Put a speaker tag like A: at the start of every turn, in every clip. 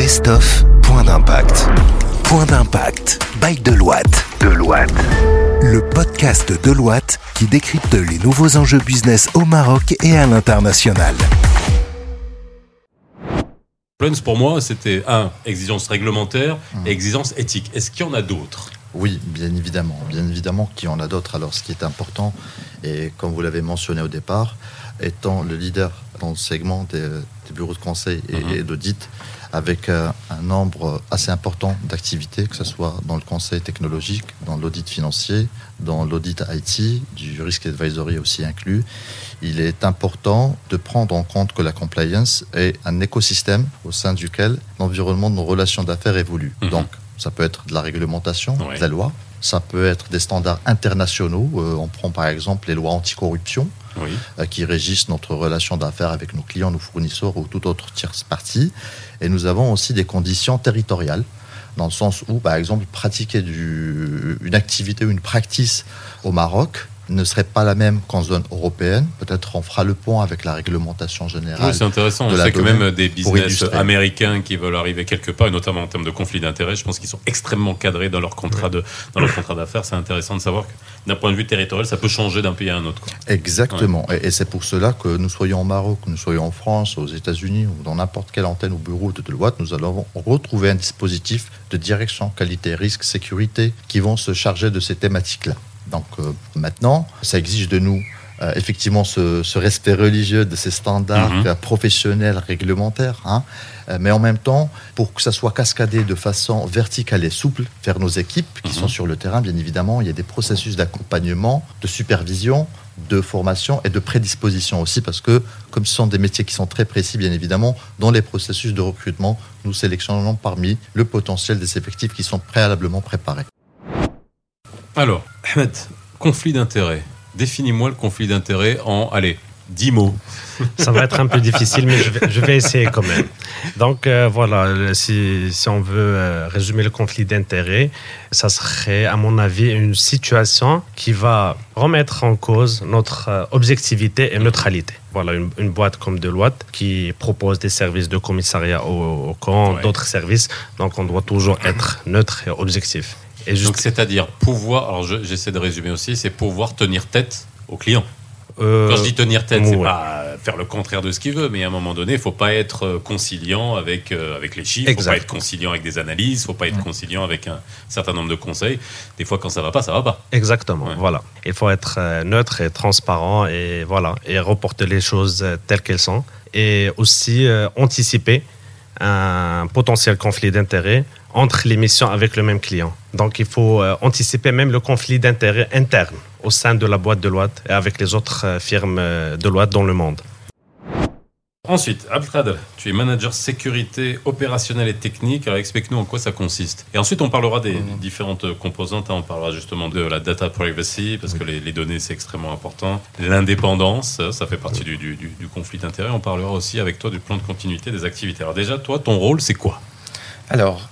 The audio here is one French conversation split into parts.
A: Best-of, Point d'Impact. Point d'Impact, by Deloitte. Le podcast Deloitte qui décrypte les nouveaux enjeux business au Maroc et à l'international.
B: Compliance, pour moi, c'était exigence réglementaire et exigence éthique. Est-ce qu'il y en a d'autres ?
C: Oui, bien évidemment qu'il y en a d'autres. Alors, ce qui est important, et comme vous l'avez mentionné au départ, étant le leader dans le segment des bureaux de conseil et d'audit, avec un nombre assez important d'activités, que ce soit dans le conseil technologique, dans l'audit financier, dans l'audit IT, du risk advisory aussi inclus, il est important de prendre en compte que la compliance est un écosystème au sein duquel l'environnement de nos relations d'affaires évolue. Donc, ça peut être de la réglementation, de la loi, ça peut être des standards internationaux. On prend par exemple les lois anticorruption qui régissent notre relation d'affaires avec nos clients, nos fournisseurs ou toute autre tierce partie. Et nous avons aussi des conditions territoriales, dans le sens où, par exemple, pratiquer une activité ou une practice au Maroc ne serait pas la même qu'en zone européenne. Peut-être on fera le pont avec la réglementation générale.
B: Oui, c'est intéressant. On sait que même des business américains qui veulent arriver quelque part, et notamment en termes de conflit d'intérêts, je pense qu'ils sont extrêmement cadrés dans leur contrat d'affaires. C'est intéressant de savoir que d'un point de vue territorial, ça peut changer d'un pays à un autre.
C: Exactement. Ouais. Et c'est pour cela que nous soyons au Maroc, que nous soyons en France, aux États-Unis ou dans n'importe quelle antenne ou bureau de Deloitte, nous allons retrouver un dispositif de direction, qualité, risque, sécurité qui vont se charger de ces thématiques-là. Donc maintenant, ça exige de nous effectivement ce respect religieux de ces standards professionnels, réglementaires, mais en même temps, pour que ça soit cascadé de façon verticale et souple vers nos équipes qui sont sur le terrain, bien évidemment, il y a des processus d'accompagnement, de supervision, de formation et de prédisposition aussi, parce que comme ce sont des métiers qui sont très précis, bien évidemment, dans les processus de recrutement, nous sélectionnons parmi le potentiel des effectifs qui sont préalablement préparés.
B: Alors, Ahmed, conflit d'intérêts. Définis-moi le conflit d'intérêts en, 10 mots.
D: Ça va être un peu difficile, mais je vais essayer quand même. Donc voilà, si on veut résumer le conflit d'intérêts, ça serait, à mon avis, une situation qui va remettre en cause notre objectivité et neutralité. Voilà, une boîte comme Deloitte qui propose des services de commissariat au compte, d'autres services. Donc on doit toujours être neutre et objectif.
B: Donc, c'est-à-dire pouvoir, alors j'essaie de résumer aussi, c'est pouvoir tenir tête aux clients. Quand je dis tenir tête, c'est pas faire le contraire de ce qu'il veut, mais à un moment donné, il ne faut pas être conciliant avec les chiffres, il ne faut pas être conciliant avec des analyses, il ne faut pas être conciliant avec un certain nombre de conseils. Des fois, quand ça ne va pas, ça ne va pas.
D: Exactement, voilà. Il faut être neutre et transparent et reporter les choses telles qu'elles sont. Et aussi anticiper un potentiel conflit d'intérêts entre les missions avec le même client. Donc, il faut anticiper même le conflit d'intérêts interne au sein de la boîte Deloitte et avec les autres firmes Deloitte dans le monde.
B: Ensuite, Abdelkader, tu es manager sécurité opérationnelle et technique. Alors, explique-nous en quoi ça consiste. Et ensuite, on parlera des différentes composantes. On parlera justement de la data privacy, parce que les données, c'est extrêmement important. L'indépendance, ça fait partie du conflit d'intérêts. On parlera aussi avec toi du plan de continuité des activités. Alors déjà, toi, ton rôle, c'est quoi ?
E: Alors,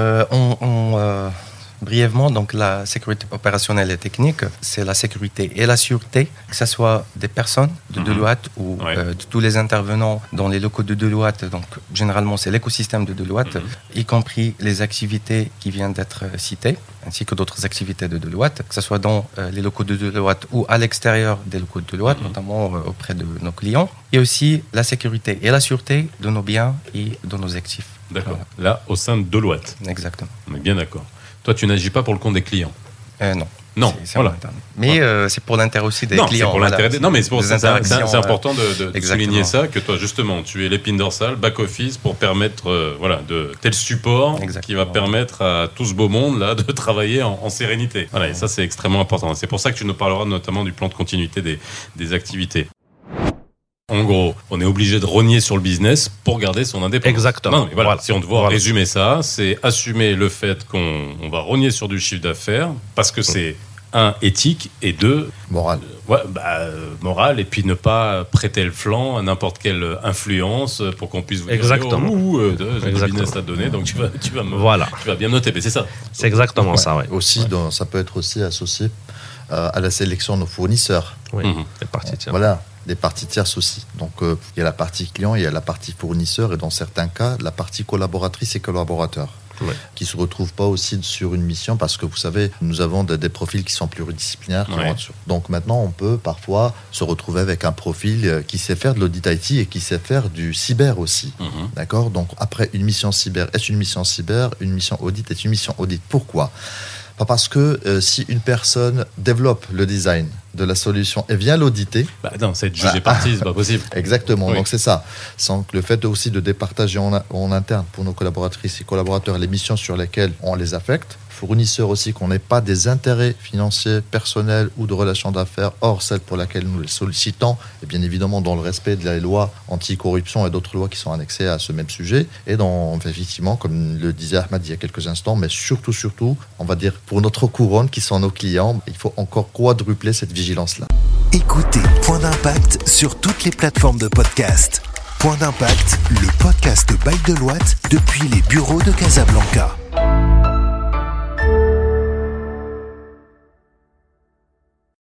E: brièvement, donc la sécurité opérationnelle et technique, c'est la sécurité et la sûreté, que ce soit des personnes de Deloitte ou de tous les intervenants dans les locaux de Deloitte. Donc, généralement, c'est l'écosystème de Deloitte, y compris les activités qui viennent d'être citées, ainsi que d'autres activités de Deloitte, que ce soit dans les locaux de Deloitte ou à l'extérieur des locaux de Deloitte, notamment auprès de nos clients. Et aussi la sécurité et la sûreté de nos biens et de nos actifs.
B: D'accord. Voilà. Là, au sein de Deloitte.
E: Exactement.
B: On est bien d'accord. Toi, tu n'agis pas pour le compte des clients.
E: Non, c'est voilà. Mais c'est pour l'intérêt aussi des clients.
B: C'est pour l'intérêt non, mais c'est pour ça, c'est important de souligner ça, que toi, justement, tu es l'épine dorsale, back-office, pour permettre de tel support qui va permettre à tout ce beau monde-là de travailler en sérénité. Voilà, et ça, c'est extrêmement important. C'est pour ça que tu nous parleras notamment du plan de continuité des activités. En gros, on est obligé de rogner sur le business pour garder son indépendance.
D: Exactement.
B: Si on devait résumer ça, c'est assumer le fait qu'on va rogner sur du chiffre d'affaires parce que c'est éthique et
C: moral.
B: Moral, et puis ne pas prêter le flanc à n'importe quelle influence pour qu'on puisse vous dire j'ai du business à te donner, donc tu vas bien noter. Mais c'est ça.
D: C'est exactement ça, oui.
C: Aussi, ça peut être aussi associé à la sélection de nos fournisseurs.
D: Oui, c'est parti.
C: Voilà. des parties tierces aussi. Donc, il y a la partie client, il y a la partie fournisseur et dans certains cas, la partie collaboratrice et collaborateur. Ouais. Qui ne se retrouvent pas aussi sur une mission parce que vous savez, nous avons des profils qui sont pluridisciplinaires. Donc maintenant, on peut parfois se retrouver avec un profil qui sait faire de l'audit IT et qui sait faire du cyber aussi. D'accord ? Donc après, une mission cyber est une mission cyber, une mission audit est une mission audit. Pourquoi ? Pas parce que si une personne développe le design de la solution et vient l'auditer...
B: non, c'est jugé parti, c'est pas possible.
C: Exactement, oui. Donc c'est ça. Sans que le fait aussi de départager en interne pour nos collaboratrices et collaborateurs les missions sur lesquelles on les affecte, fournisseurs aussi, qu'on n'ait pas des intérêts financiers, personnels ou de relations d'affaires hors celle pour laquelle nous les sollicitons, et bien évidemment dans le respect de la loi anticorruption et d'autres lois qui sont annexées à ce même sujet, et dans, effectivement, comme le disait Ahmed il y a quelques instants, mais surtout, on va dire, pour notre couronne, qui sont nos clients, il faut encore quadrupler cette vigilance-là.
A: Écoutez Point d'Impact sur toutes les plateformes de podcast. Point d'Impact, le podcast by Deloitte depuis les bureaux de Casablanca.